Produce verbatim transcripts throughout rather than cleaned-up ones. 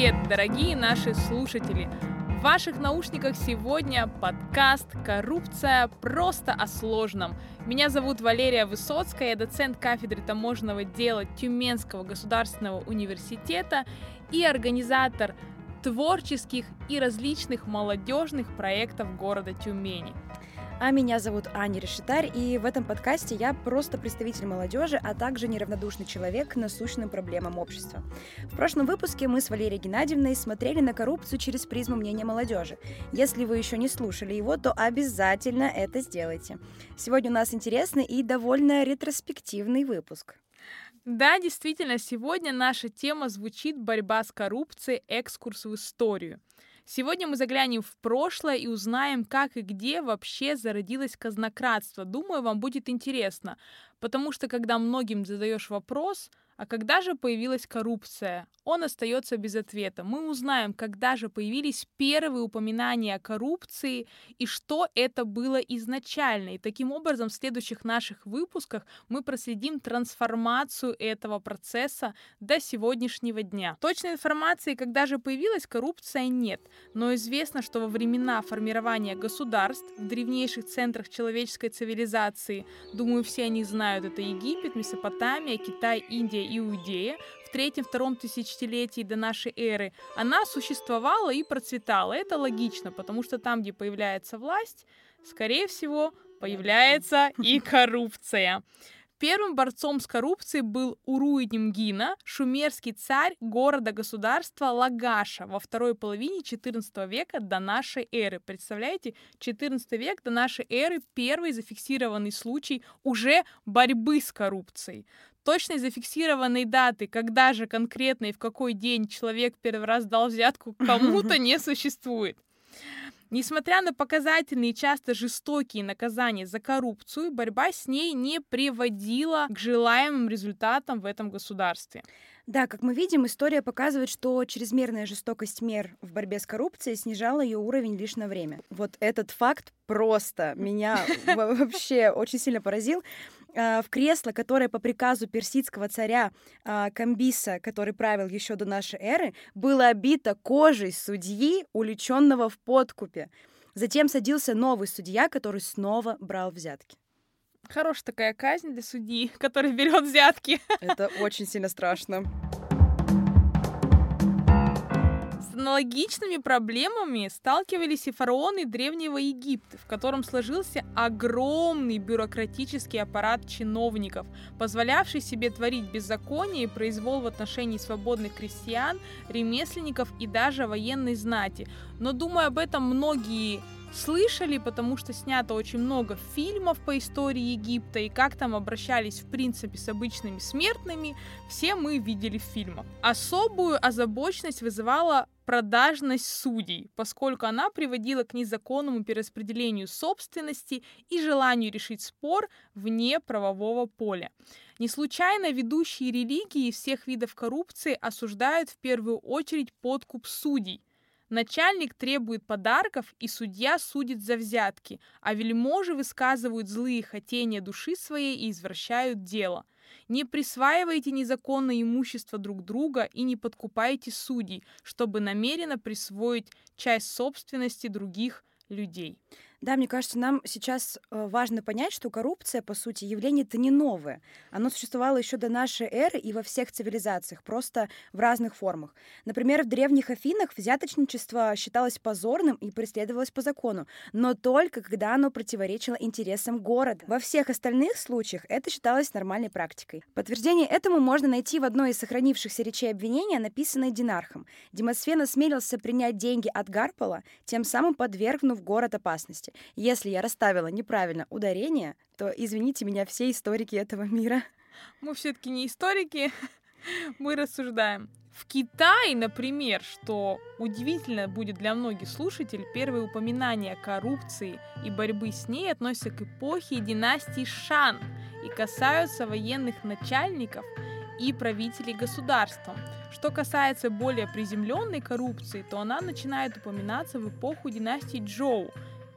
Привет, дорогие наши слушатели! В ваших наушниках сегодня подкаст «Коррупция. Просто о сложном». Меня зовут Валерия Высоцкая, я доцент кафедры таможенного дела Тюменского государственного университета и организатор творческих и различных молодежных проектов города Тюмени. А меня зовут Аня Решетарь, и в этом подкасте я просто представитель молодежи, а также неравнодушный человек к насущным проблемам общества. В прошлом выпуске мы с Валерией Геннадьевной смотрели на коррупцию через призму мнения молодежи. Если вы еще не слушали его, то обязательно это сделайте. Сегодня у нас интересный и довольно ретроспективный выпуск. Да, действительно, сегодня наша тема звучит «Борьба с коррупцией. Экскурс в историю». Сегодня мы заглянем в прошлое и узнаем, как и где вообще зародилось казнократство. Думаю, вам будет интересно, потому что когда многим задаешь вопрос, а когда же появилась коррупция, он остается без ответа. Мы узнаем, когда же появились первые упоминания о коррупции и что это было изначально. И таким образом в следующих наших выпусках мы проследим трансформацию этого процесса до сегодняшнего дня. Точной информации, когда же появилась коррупция, нет. Но известно, что во времена формирования государств в древнейших центрах человеческой цивилизации, думаю, все они знают, это Египет, Месопотамия, Китай, Индия, Иудея, в третьем-втором тысячелетии до нашей эры, она существовала и процветала. Это логично, потому что там, где появляется власть, скорее всего, появляется и коррупция. Первым борцом с коррупцией был Уруй-Нимгина, шумерский царь города-государства Лагаша во второй половине четырнадцатого века до нашей эры. Представляете, четырнадцатый век до нашей эры, первый зафиксированный случай уже борьбы с коррупцией. Точной зафиксированной даты, когда же конкретно и в какой день человек первый раз дал взятку кому-то, не существует. Несмотря на показательные и часто жестокие наказания за коррупцию, борьба с ней не приводила к желаемым результатам в этом государстве. Да, как мы видим, история показывает, что чрезмерная жестокость мер в борьбе с коррупцией снижала ее уровень лишь на время. Вот этот факт просто меня вообще очень сильно поразил. В кресло, которое по приказу персидского царя Камбиса, который правил еще до нашей эры, было обито кожей судьи, уличенного в подкупе. Затем садился новый судья, который снова брал взятки. Хорошая такая казнь для судьи, который берет взятки. Это очень сильно страшно. С аналогичными проблемами сталкивались и фараоны Древнего Египта, в котором сложился огромный бюрократический аппарат чиновников, позволявший себе творить беззаконие и произвол в отношении свободных крестьян, ремесленников и даже военной знати. Но, думаю, об этом многие слышали, потому что снято очень много фильмов по истории Египта, и как там обращались, в принципе, с обычными смертными, все мы видели в фильмах. Особую озабоченность вызывала продажность судей, поскольку она приводила к незаконному перераспределению собственности и желанию решить спор вне правового поля. Не случайно ведущие религии всех видов коррупции осуждают в первую очередь подкуп судей. Начальник требует подарков, и судья судит за взятки, а вельможи высказывают злые хотения души своей и извращают дело. Не присваивайте незаконное имущество друг друга и не подкупайте судей, чтобы намеренно присвоить часть собственности других людей. Да, мне кажется, нам сейчас важно понять, что коррупция, по сути, явление-то не новое. Оно существовало еще до нашей эры и во всех цивилизациях, просто в разных формах. Например, в древних Афинах взяточничество считалось позорным и преследовалось по закону, но только когда оно противоречило интересам города. Во всех остальных случаях это считалось нормальной практикой. Подтверждение этому можно найти в одной из сохранившихся речей обвинения, написанной Динархом. Демосфен осмелился принять деньги от Гарпала, тем самым подвергнув город опасности. Если я расставила неправильно ударение, то извините меня все историки этого мира. Мы все-таки не историки, мы рассуждаем. В Китае, например, что удивительно будет для многих слушателей, первые упоминания о коррупции и борьбы с ней относятся к эпохе династии Шан и касаются военных начальников и правителей государства. Что касается более приземленной коррупции, то она начинает упоминаться в эпоху династии Чжоу.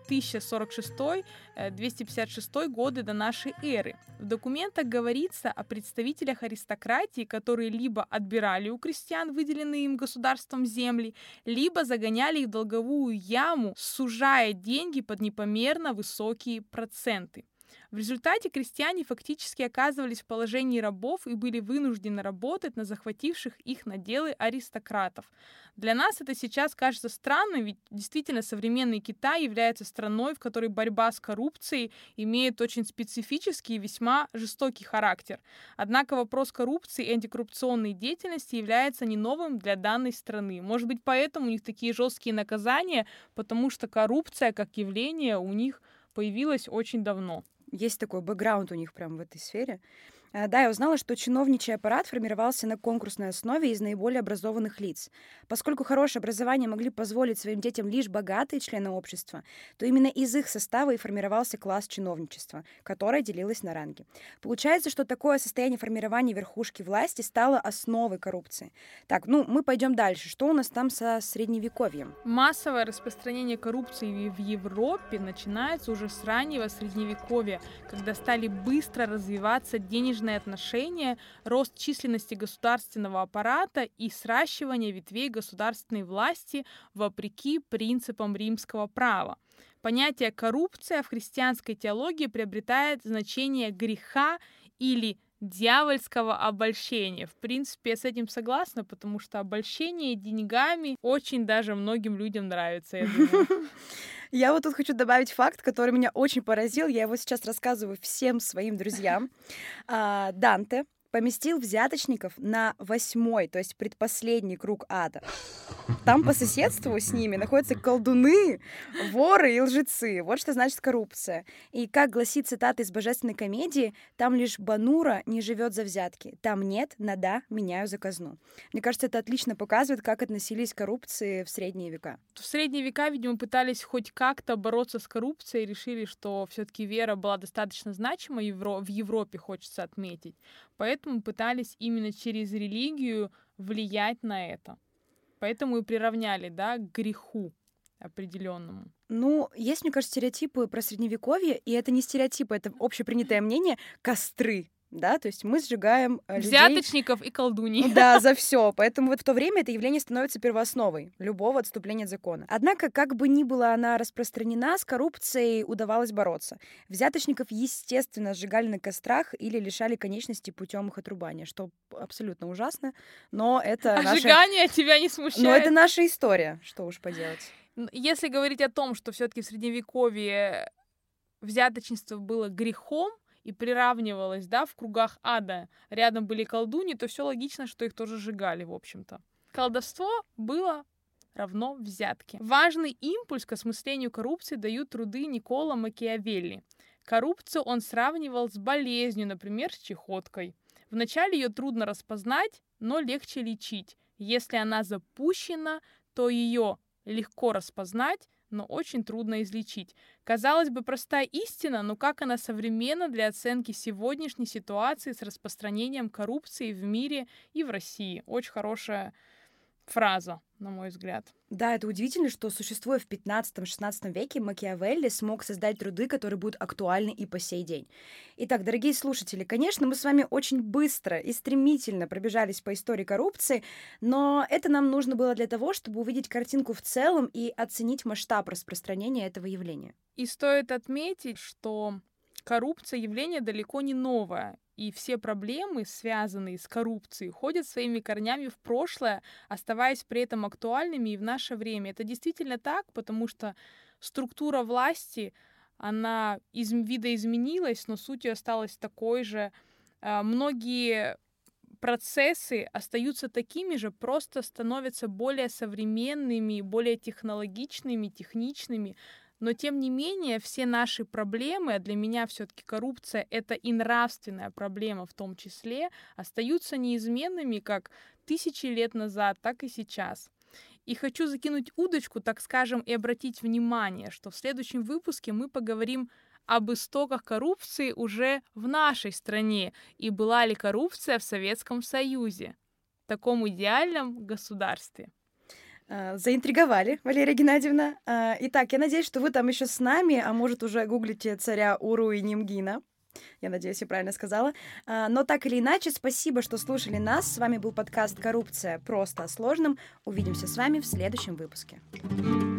тысяча сорок шестой — двести пятьдесят шестой годы до нашей эры. В документах говорится о представителях аристократии, которые либо отбирали у крестьян выделенные им государством земли, либо загоняли их в долговую яму, сужая деньги под непомерно высокие проценты. В результате крестьяне фактически оказывались в положении рабов и были вынуждены работать на захвативших их наделы аристократов. Для нас это сейчас кажется странным, ведь действительно современный Китай является страной, в которой борьба с коррупцией имеет очень специфический и весьма жестокий характер. Однако вопрос коррупции и антикоррупционной деятельности является не новым для данной страны. Может быть, поэтому у них такие жесткие наказания, потому что коррупция как явление у них появилась очень давно. Есть такой бэкграунд у них прямо в этой сфере. А, Да, я узнала, что чиновничий аппарат формировался на конкурсной основе из наиболее образованных лиц. Поскольку хорошее образование могли позволить своим детям лишь богатые члены общества, то именно из их состава и формировался класс чиновничества, которое делилось на ранги. Получается, что такое состояние формирования верхушки власти стало основой коррупции. Так, ну, мы пойдем дальше. Что у нас там со средневековьем? Массовое распространение коррупции в Европе начинается уже с раннего средневековья, когда стали быстро развиваться денежные отношения, рост численности государственного аппарата и сращивание ветвей государственной власти вопреки принципам римского права. Понятие «коррупция» в христианской теологии приобретает значение греха или дьявольского обольщения. В принципе, я с этим согласна, потому что обольщение деньгами очень даже многим людям нравится, я думаю. Я вот тут хочу добавить факт, который меня очень поразил. Я его сейчас рассказываю всем своим друзьям. А, Данте поместил взяточников на восьмой, то есть предпоследний круг ада. Там по соседству с ними находятся колдуны, воры и лжецы. Вот что значит коррупция. И как гласит цитата из Божественной комедии, там лишь Банура не живет за взятки. Там нет, нада, меняю за казну. Мне кажется, это отлично показывает, как относились к коррупции в средние века. В средние века, видимо, пытались хоть как-то бороться с коррупцией и решили, что все-таки вера была достаточно значима в Европе, хочется отметить. Поэтому пытались именно через религию влиять на это. Поэтому и приравняли, да, к греху определенному. Ну, есть, мне кажется, стереотипы про средневековье, и это не стереотипы, это общепринятое мнение — костры. Да, то есть мы сжигаем э, людей... Взяточников и колдуней. Да, за все. Поэтому вот в то время это явление становится первоосновой любого отступления от закона. Однако, как бы ни была она распространена, с коррупцией удавалось бороться. Взяточников, естественно, сжигали на кострах или лишали конечностей путем их отрубания, что абсолютно ужасно, но это А наша... сжигание тебя не смущает? Но это наша история, что уж поделать. Если говорить о том, что все-таки в средневековье взяточничество было грехом, и приравнивалось, да, в кругах ада, рядом были колдуни, то все логично, что их тоже сжигали, в общем-то. Колдовство было равно взятке. Важный импульс к осмыслению коррупции дают труды Никколо Макиавелли. Коррупцию он сравнивал с болезнью, например, с чехоткой. Вначале ее трудно распознать, но легче лечить. Если она запущена, то ее легко распознать, но очень трудно излечить. Казалось бы, простая истина, но как она современна для оценки сегодняшней ситуации с распространением коррупции в мире и в России. Очень хорошая фраза, на мой взгляд. Да, это удивительно, что, существуя в пятнадцатом-шестнадцатом веке, Макиавелли смог создать труды, которые будут актуальны и по сей день. Итак, дорогие слушатели, конечно, мы с вами очень быстро и стремительно пробежались по истории коррупции, но это нам нужно было для того, чтобы увидеть картинку в целом и оценить масштаб распространения этого явления. И стоит отметить, что коррупция — явление далеко не новое, и все проблемы, связанные с коррупцией, ходят своими корнями в прошлое, оставаясь при этом актуальными и в наше время. Это действительно так, потому что структура власти, она из- видоизменилась, но суть ее осталась такой же. А, Многие процессы остаются такими же, просто становятся более современными, более технологичными, техничными. Но, тем не менее, все наши проблемы, а для меня все-таки коррупция — это и нравственная проблема в том числе, остаются неизменными как тысячи лет назад, так и сейчас. И хочу закинуть удочку, так скажем, и обратить внимание, что в следующем выпуске мы поговорим об истоках коррупции уже в нашей стране и была ли коррупция в Советском Союзе, в таком идеальном государстве. Заинтриговали, Валерия Геннадьевна. Итак, я надеюсь, что вы там еще с нами, а может, уже гуглите царя Уру и Нимгина. Я надеюсь, я правильно сказала. Но так или иначе, спасибо, что слушали нас. С вами был подкаст «Коррупция. Просто о сложном». Увидимся с вами в следующем выпуске.